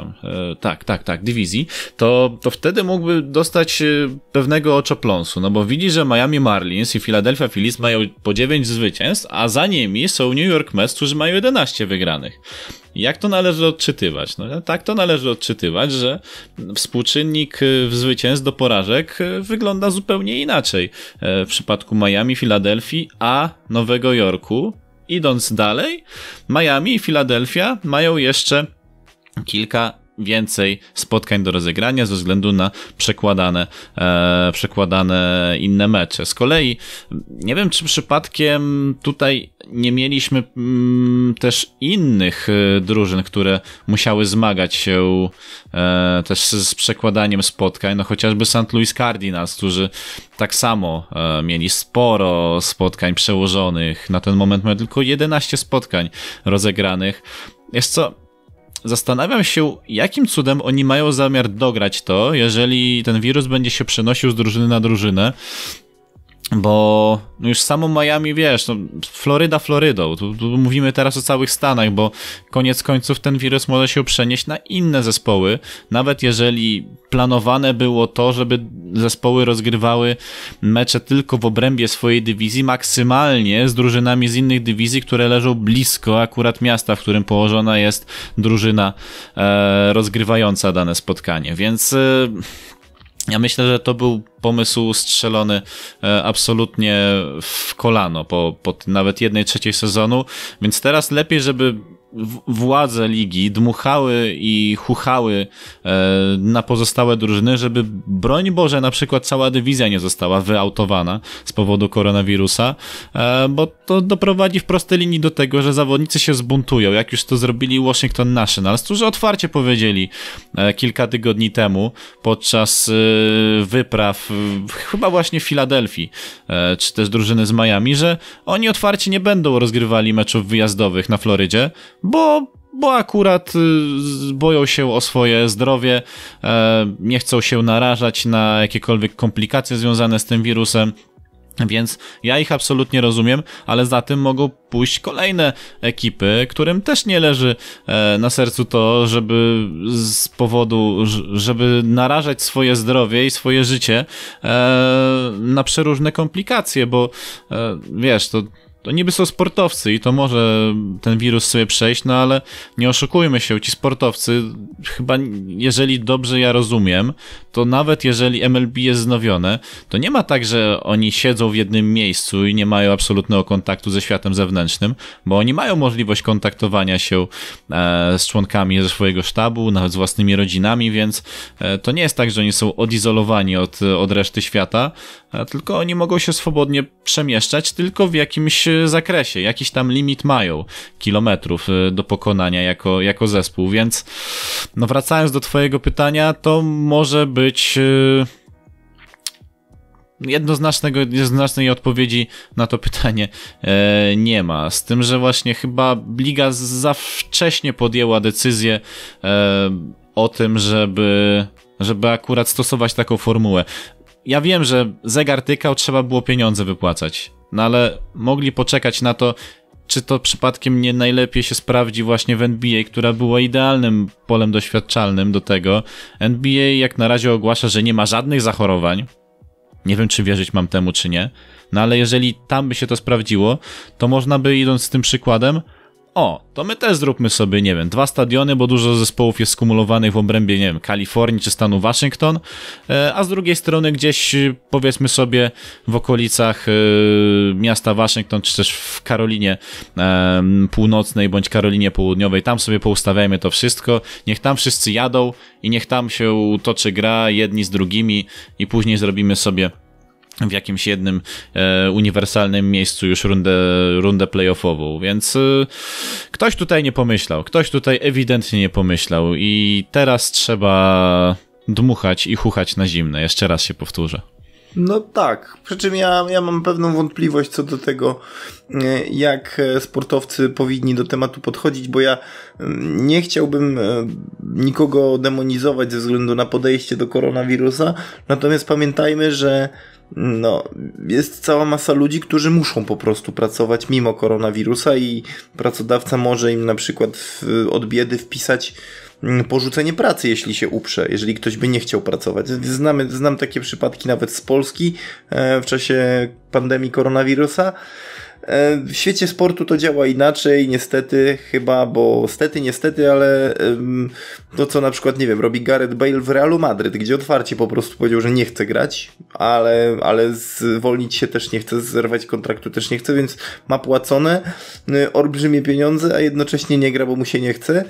dywizji, to wtedy mógłby dostać pewnego oczopląsu, no bo widzi, że Miami Marlins i Philadelphia Phillies mają po 9 zwycięstw, a za nimi są New York Mets, którzy mają 11 wygranych. Jak to należy odczytywać? No tak to należy odczytywać, że współczynnik zwycięstw do porażek wygląda zupełnie inaczej. W przypadku Miami, Filadelfii, a Nowego Jorku, idąc dalej, Miami i Filadelfia mają jeszcze kilka więcej spotkań do rozegrania ze względu na przekładane inne mecze. Z kolei nie wiem, czy przypadkiem tutaj nie mieliśmy też innych drużyn, które musiały zmagać się też z przekładaniem spotkań, no chociażby St. Louis Cardinals, którzy tak samo mieli sporo spotkań przełożonych. Na ten moment mają tylko 11 spotkań rozegranych. Jest co? Zastanawiam się, jakim cudem oni mają zamiar dograć to, jeżeli ten wirus będzie się przenosił z drużyny na drużynę, bo już samo Miami, wiesz, Floryda Florydą, tu mówimy teraz o całych Stanach, bo koniec końców ten wirus może się przenieść na inne zespoły, nawet jeżeli planowane było to, żeby zespoły rozgrywały mecze tylko w obrębie swojej dywizji, maksymalnie z drużynami z innych dywizji, które leżą blisko akurat miasta, w którym położona jest drużyna rozgrywająca dane spotkanie, więc ja myślę, że to był pomysł strzelony absolutnie w kolano po nawet 1/3 sezonu, więc teraz lepiej, żeby władze ligi dmuchały i chuchały na pozostałe drużyny, żeby broń Boże na przykład cała dywizja nie została wyautowana z powodu koronawirusa, bo to doprowadzi w prostej linii do tego, że zawodnicy się zbuntują, jak już to zrobili Washington Nationals, którzy otwarcie powiedzieli kilka tygodni temu podczas wypraw chyba właśnie w Filadelfii, czy też drużyny z Miami, że oni otwarcie nie będą rozgrywali meczów wyjazdowych na Florydzie, bo akurat boją się o swoje zdrowie, nie chcą się narażać na jakiekolwiek komplikacje związane z tym wirusem. Więc ja ich absolutnie rozumiem, ale za tym mogą pójść kolejne ekipy, którym też nie leży na sercu to, żeby narażać swoje zdrowie i swoje życie na przeróżne komplikacje, bo wiesz, to niby są sportowcy i to może ten wirus sobie przejść, no ale nie oszukujmy się, ci sportowcy chyba, jeżeli dobrze ja rozumiem, to nawet jeżeli MLB jest wznowione, to nie ma tak, że oni siedzą w jednym miejscu i nie mają absolutnego kontaktu ze światem zewnętrznym, bo oni mają możliwość kontaktowania się z członkami ze swojego sztabu, nawet z własnymi rodzinami, więc to nie jest tak, że oni są odizolowani od reszty świata, tylko oni mogą się swobodnie przemieszczać tylko w jakimś zakresie, jakiś tam limit mają kilometrów do pokonania jako zespół, więc no wracając do twojego pytania, to może być jednoznacznej odpowiedzi na to pytanie nie ma. Z tym, że właśnie chyba liga za wcześnie podjęła decyzję o tym, żeby akurat stosować taką formułę. Ja wiem, że zegar tykał, trzeba było pieniądze wypłacać, no ale mogli poczekać na to, czy to przypadkiem nie najlepiej się sprawdzi właśnie w NBA, która była idealnym polem doświadczalnym do tego. NBA jak na razie ogłasza, że nie ma żadnych zachorowań. Nie wiem, czy wierzyć mam temu, czy nie. No ale jeżeli tam by się to sprawdziło, to można by, idąc z tym przykładem, to my też zróbmy sobie, nie wiem, 2 stadiony, bo dużo zespołów jest skumulowanych w obrębie, nie wiem, Kalifornii czy stanu Waszyngton, a z drugiej strony gdzieś, powiedzmy sobie, w okolicach miasta Waszyngton, czy też w Karolinie Północnej, bądź Karolinie Południowej, tam sobie poustawiajmy to wszystko, niech tam wszyscy jadą i niech tam się toczy gra jedni z drugimi i później zrobimy sobie w jakimś jednym uniwersalnym miejscu już rundę playoffową, więc ktoś tutaj nie pomyślał, ktoś tutaj ewidentnie nie pomyślał i teraz trzeba dmuchać i chuchać na zimne, jeszcze raz się powtórzę. No tak, przy czym ja mam pewną wątpliwość co do tego, jak sportowcy powinni do tematu podchodzić, bo ja nie chciałbym nikogo demonizować ze względu na podejście do koronawirusa, natomiast pamiętajmy, że jest cała masa ludzi, którzy muszą po prostu pracować mimo koronawirusa i pracodawca może im na przykład od biedy wpisać porzucenie pracy, jeśli się uprze, jeżeli ktoś by nie chciał pracować. Znam takie przypadki nawet z Polski w czasie pandemii koronawirusa. W świecie sportu to działa inaczej, niestety chyba, bo niestety, ale to co na przykład, nie wiem, robi Gareth Bale w Realu Madryt, gdzie otwarcie po prostu powiedział, że nie chce grać, ale zwolnić się też nie chce, zerwać kontraktu też nie chce, więc ma płacone olbrzymie pieniądze, a jednocześnie nie gra, bo mu się nie chce.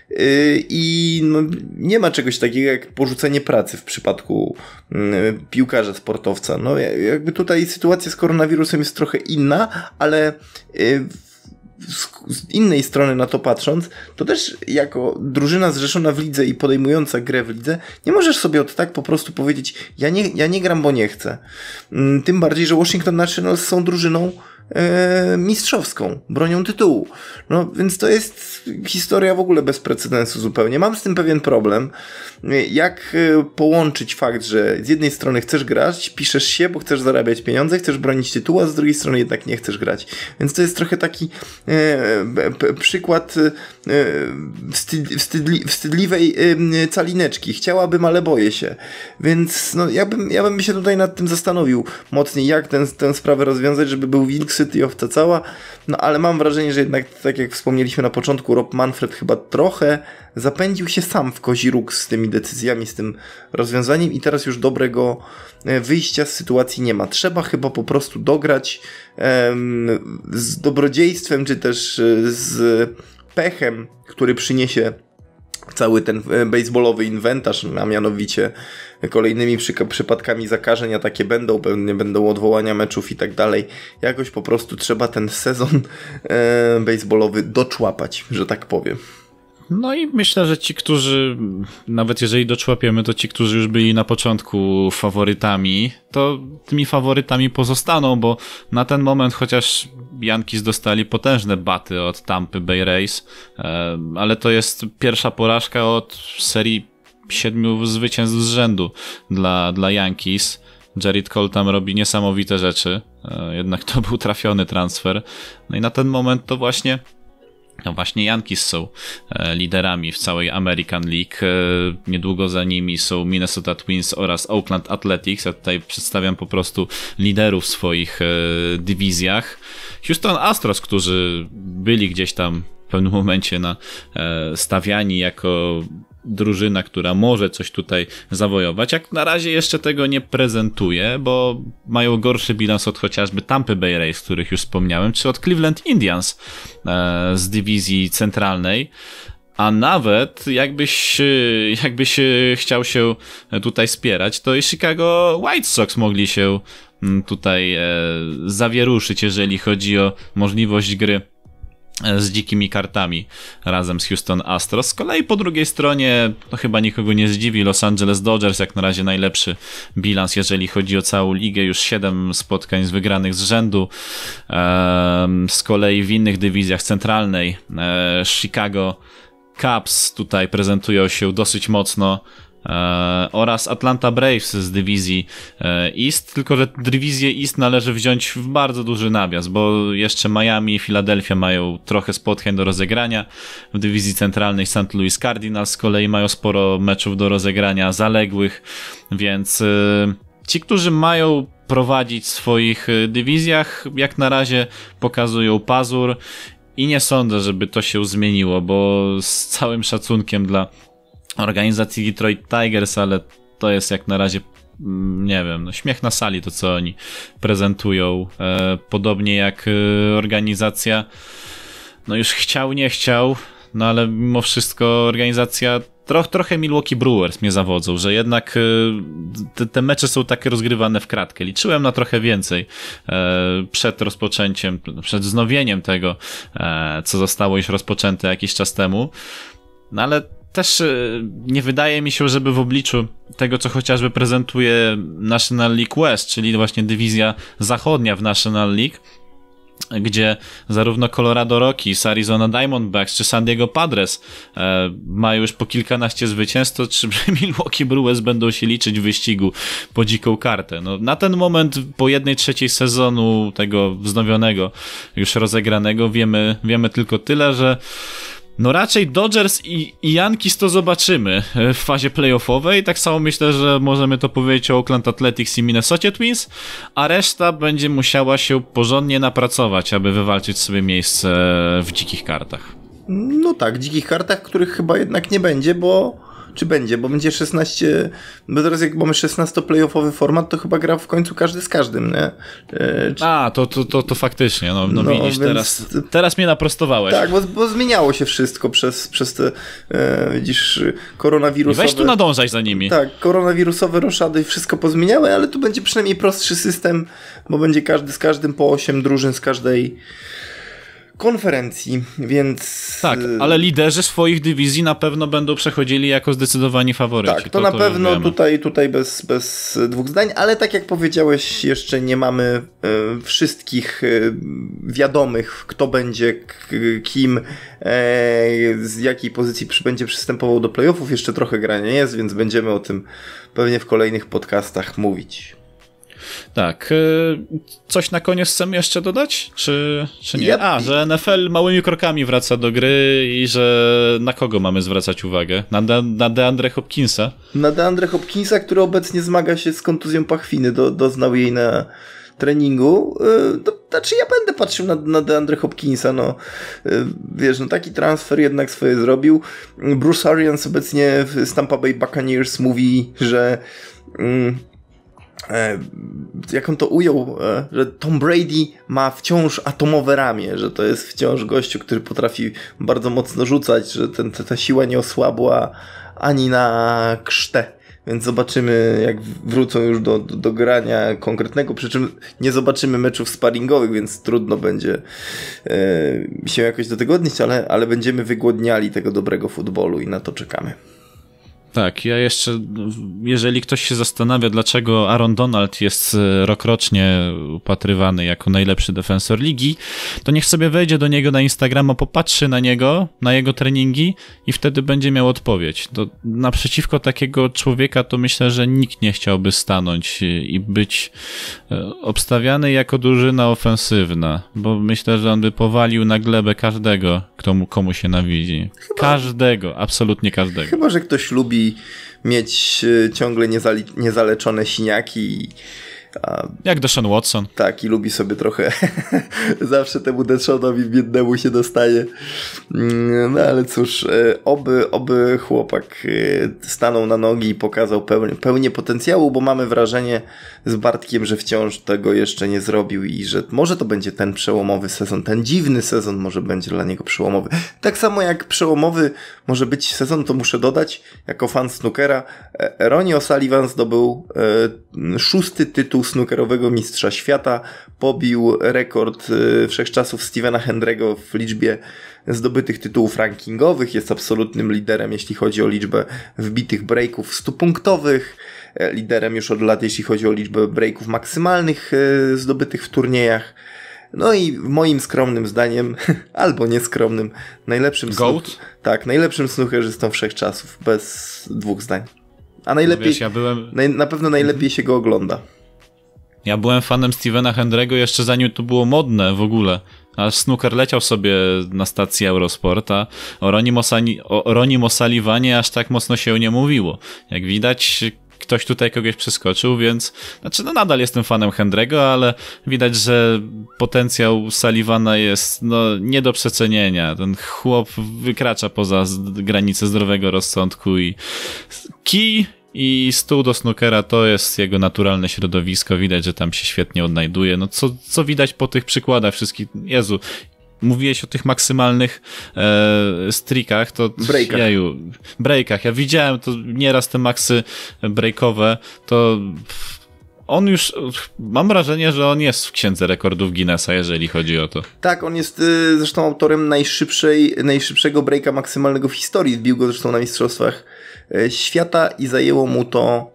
I nie ma czegoś takiego jak porzucenie pracy w przypadku piłkarza, sportowca. Jakby tutaj sytuacja z koronawirusem jest trochę inna, ale z innej strony na to patrząc, to też jako drużyna zrzeszona w lidze i podejmująca grę w lidze, nie możesz sobie od tak po prostu powiedzieć, ja nie gram, bo nie chcę. Tym bardziej, że Washington Nationals są drużyną mistrzowską, bronią tytułu. Więc to jest historia w ogóle bez precedensu zupełnie. Mam z tym pewien problem. Jak połączyć fakt, że z jednej strony chcesz grać, piszesz się, bo chcesz zarabiać pieniądze, chcesz bronić tytułu, a z drugiej strony jednak nie chcesz grać. Więc to jest trochę taki przykład wstydliwej calineczki. Chciałabym, ale boję się. Więc ja bym się tutaj nad tym zastanowił mocniej, jak tę sprawę rozwiązać, żeby był wilk i owca cała, ale mam wrażenie, że jednak, tak jak wspomnieliśmy na początku, Rob Manfred chyba trochę zapędził się sam w kozi róg z tymi decyzjami, z tym rozwiązaniem i teraz już dobrego wyjścia z sytuacji nie ma. Trzeba chyba po prostu dograć z dobrodziejstwem, czy też z pechem, który przyniesie cały ten baseballowy inwentarz, a mianowicie kolejnymi przypadkami zakażeń, a takie pewnie będą odwołania meczów i tak dalej. Jakoś po prostu trzeba ten sezon baseballowy doczłapać, że tak powiem. No i myślę, że ci, którzy, nawet jeżeli doczłapiemy, to ci, którzy już byli na początku faworytami, to tymi faworytami pozostaną, bo na ten moment chociaż Yankees dostali potężne baty od Tampy Bay Rays, ale to jest pierwsza porażka od serii 7 zwycięstw z rzędu dla Yankees. Gerrit Cole tam robi niesamowite rzeczy, jednak to był trafiony transfer. No i na ten moment to właśnie Yankees są liderami w całej American League. Niedługo za nimi są Minnesota Twins oraz Oakland Athletics. Ja tutaj przedstawiam po prostu liderów w swoich dywizjach. Houston Astros, którzy byli gdzieś tam w pewnym momencie stawiani jako drużyna, która może coś tutaj zawojować. Jak na razie jeszcze tego nie prezentuje, bo mają gorszy bilans od chociażby Tampa Bay Rays, których już wspomniałem, czy od Cleveland Indians z dywizji centralnej. A nawet jakbyś chciał się tutaj spierać, to i Chicago White Sox mogli się tutaj zawieruszyć, jeżeli chodzi o możliwość gry z dzikimi kartami razem z Houston Astros. Z kolei po drugiej stronie to chyba nikogo nie zdziwi, Los Angeles Dodgers jak na razie najlepszy bilans, jeżeli chodzi o całą ligę, już 7 spotkań z wygranych z rzędu. Z kolei w innych dywizjach centralnej Chicago Cubs tutaj prezentują się dosyć mocno, oraz Atlanta Braves z dywizji East, tylko że dywizję East należy wziąć w bardzo duży nawias, bo jeszcze Miami i Philadelphia mają trochę spotkań do rozegrania. W dywizji centralnej St. Louis Cardinals z kolei mają sporo meczów do rozegrania zaległych, więc ci, którzy mają prowadzić w swoich dywizjach, jak na razie pokazują pazur i nie sądzę, żeby to się zmieniło, bo z całym szacunkiem dla organizacji Detroit Tigers, ale to jest jak na razie, nie wiem, no śmiech na sali to, co oni prezentują. Podobnie jak organizacja, no już chciał, nie chciał, no ale mimo wszystko organizacja trochę Milwaukee Brewers mnie zawodzą, że jednak te mecze są takie rozgrywane w kratkę. Liczyłem na trochę więcej przed rozpoczęciem, przed wznowieniem tego, co zostało już rozpoczęte jakiś czas temu, no ale też nie wydaje mi się, żeby w obliczu tego, co chociażby prezentuje National League West, czyli właśnie dywizja zachodnia w National League, gdzie zarówno Colorado Rockies, Arizona Diamondbacks czy San Diego Padres mają już po kilkanaście zwycięstw, to czy Milwaukee Brewers będą się liczyć w wyścigu po dziką kartę? No, na ten moment po 1/3 sezonu tego wznowionego, już rozegranego wiemy tylko tyle, że no raczej Dodgers i Yankees to zobaczymy w fazie playoffowej. Tak samo myślę, że możemy to powiedzieć o Oakland Athletics i Minnesota Twins, a reszta będzie musiała się porządnie napracować, aby wywalczyć sobie miejsce w dzikich kartach. No tak, dzikich kartach, których chyba jednak nie będzie, bo będzie 16, bo teraz jak mamy 16-playoffowy format, to chyba gra w końcu każdy z każdym, nie? To faktycznie, no widzisz, więc teraz mnie naprostowałeś. Tak, bo zmieniało się wszystko przez te, widzisz, koronawirusowe... I weź tu nadążaj za nimi. Tak, koronawirusowe roszady wszystko pozmieniały, ale tu będzie przynajmniej prostszy system, bo będzie każdy z każdym po 8 drużyn z każdej konferencji, więc... Tak, ale liderzy swoich dywizji na pewno będą przechodzili jako zdecydowani faworyci. Tak, to na pewno tutaj bez dwóch zdań, ale tak jak powiedziałeś, jeszcze nie mamy wszystkich wiadomych, kto będzie kim, z jakiej pozycji będzie przystępował do playoffów. Jeszcze trochę grania jest, więc będziemy o tym pewnie w kolejnych podcastach mówić. Tak. Coś na koniec chcemy jeszcze dodać? Czy nie? Że NFL małymi krokami wraca do gry i że na kogo mamy zwracać uwagę? Na DeAndre Hopkinsa? Na DeAndre Hopkinsa, który obecnie zmaga się z kontuzją pachwiny. Doznał jej na treningu. Znaczy ja będę patrzył na DeAndre Hopkinsa. No, wiesz, no taki transfer jednak swoje zrobił. Bruce Arians obecnie w Tampa Bay Buccaneers mówi, że jak on to ujął, że Tom Brady ma wciąż atomowe ramię, że to jest wciąż gościu, który potrafi bardzo mocno rzucać, że ta siła nie osłabła ani na krztę. Więc zobaczymy, jak wrócą już do grania konkretnego, przy czym nie zobaczymy meczów sparingowych, więc trudno będzie się jakoś do tego odnieść, ale będziemy wygłodniali tego dobrego futbolu i na to czekamy. Tak, ja jeszcze, jeżeli ktoś się zastanawia, dlaczego Aaron Donald jest rokrocznie upatrywany jako najlepszy defensor ligi, to niech sobie wejdzie do niego na Instagrama, popatrzy na niego, na jego treningi i wtedy będzie miał odpowiedź. To naprzeciwko takiego człowieka to myślę, że nikt nie chciałby stanąć i być obstawiany jako drużyna ofensywna, bo myślę, że on by powalił na glebę każdego, komu się nawidzi. Każdego, absolutnie każdego. Chyba, że ktoś lubi mieć ciągle niezaleczone siniaki. Jak Deshaun Watson. Tak, i lubi sobie trochę zawsze temu Deshaunowi biednemu się dostaje. No ale cóż, oby chłopak stanął na nogi i pokazał pełnię potencjału, bo mamy wrażenie z Bartkiem, że wciąż tego jeszcze nie zrobił i że może to będzie ten przełomowy sezon, ten dziwny sezon może będzie dla niego przełomowy. Tak samo jak przełomowy może być sezon, to muszę dodać, jako fan snookera, Ronnie O'Sullivan zdobył 6. tytuł tytuł snookerowego mistrza świata, pobił rekord wszechczasów Stevena Hendry'ego w liczbie zdobytych tytułów rankingowych, jest absolutnym liderem, jeśli chodzi o liczbę wbitych breaków 100-punktowych, liderem już od lat, jeśli chodzi o liczbę breaków maksymalnych zdobytych w turniejach. No i moim skromnym zdaniem, albo nieskromnym, najlepszym najlepszym snookerzystą wszechczasów, bez dwóch zdań. A najlepiej, na pewno najlepiej się go ogląda. Ja byłem fanem Stevena Hendry'ego jeszcze zanim to było modne w ogóle. Aż snooker leciał sobie na stacji Eurosport, a o Ronim O'Sullivanie aż tak mocno się nie mówiło. Jak widać, ktoś tutaj kogoś przeskoczył, więc nadal jestem fanem Hendry'ego, ale widać, że potencjał Sullivana jest nie do przecenienia. Ten chłop wykracza poza granice zdrowego rozsądku i stół do snookera to jest jego naturalne środowisko. Widać, że tam się świetnie odnajduje. Co widać po tych przykładach wszystkich. Jezu, mówiłeś o tych maksymalnych streakach, to breakach. Ja widziałem to nieraz te maksy breakowe, to on już, mam wrażenie, że on jest w księdze rekordów Guinnessa, jeżeli chodzi o to. Tak, on jest zresztą autorem najszybszego breaka maksymalnego w historii. Wbił go zresztą na mistrzostwach świata i zajęło mu to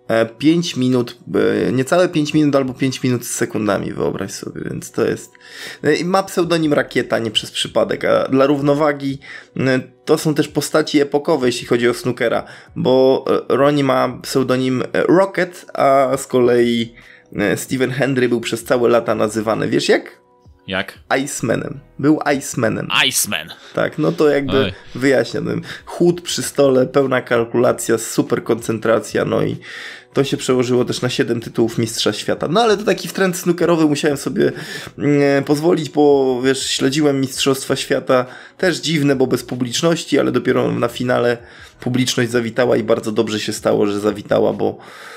5 minut, niecałe 5 minut albo 5 minut z sekundami, wyobraź sobie, więc to jest... Ma pseudonim Rakieta, nie przez przypadek, a dla równowagi to są też postaci epokowe, jeśli chodzi o snookera, bo Ronnie ma pseudonim Rocket, a z kolei Stephen Hendry był przez całe lata nazywany, wiesz jak? Jak? Icemanem. Był Icemanem. Iceman. Tak, no to jakby wyjaśniam. Chłód przy stole, pełna kalkulacja, super koncentracja, no i to się przełożyło też na 7 tytułów mistrza świata. No ale to taki trend snookerowy musiałem sobie pozwolić, bo wiesz, śledziłem mistrzostwa świata, też dziwne, bo bez publiczności, ale dopiero na finale publiczność zawitała i bardzo dobrze się stało, że zawitała, bo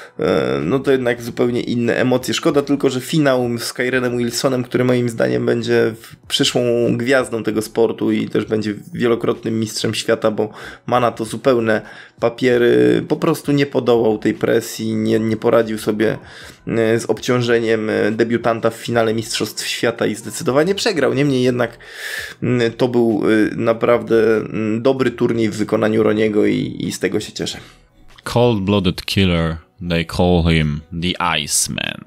no to jednak zupełnie inne emocje. Szkoda tylko, że finał z Kyrenem Wilsonem, który moim zdaniem będzie przyszłą gwiazdą tego sportu i też będzie wielokrotnym mistrzem świata, bo ma na to zupełne papiery, po prostu nie podołał tej presji, nie poradził sobie z obciążeniem debiutanta w finale mistrzostw świata i zdecydowanie przegrał. Niemniej jednak to był naprawdę dobry turniej w wykonaniu Roniego i z tego się cieszę. Cold-blooded killer. They call him the Iceman.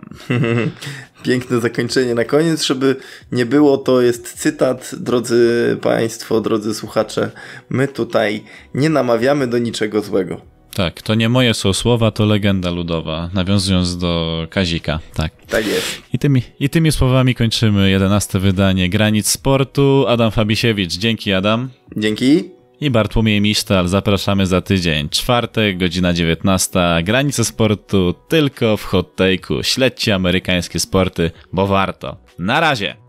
Piękne zakończenie na koniec, żeby nie było, to jest cytat, drodzy państwo, drodzy słuchacze, my tutaj nie namawiamy do niczego złego. Tak, to nie moje są słowa, to legenda ludowa, nawiązując do Kazika, tak. Tak jest. I tymi słowami kończymy 11. wydanie Granic Sportu. Adam Fabisiewicz, dzięki Adam. Dzięki. I Bartłomiej Misztal, zapraszamy za tydzień. Czwartek, godzina 19. Granice Sportu tylko w Hot Take'u. Śledźcie amerykańskie sporty, bo warto. Na razie!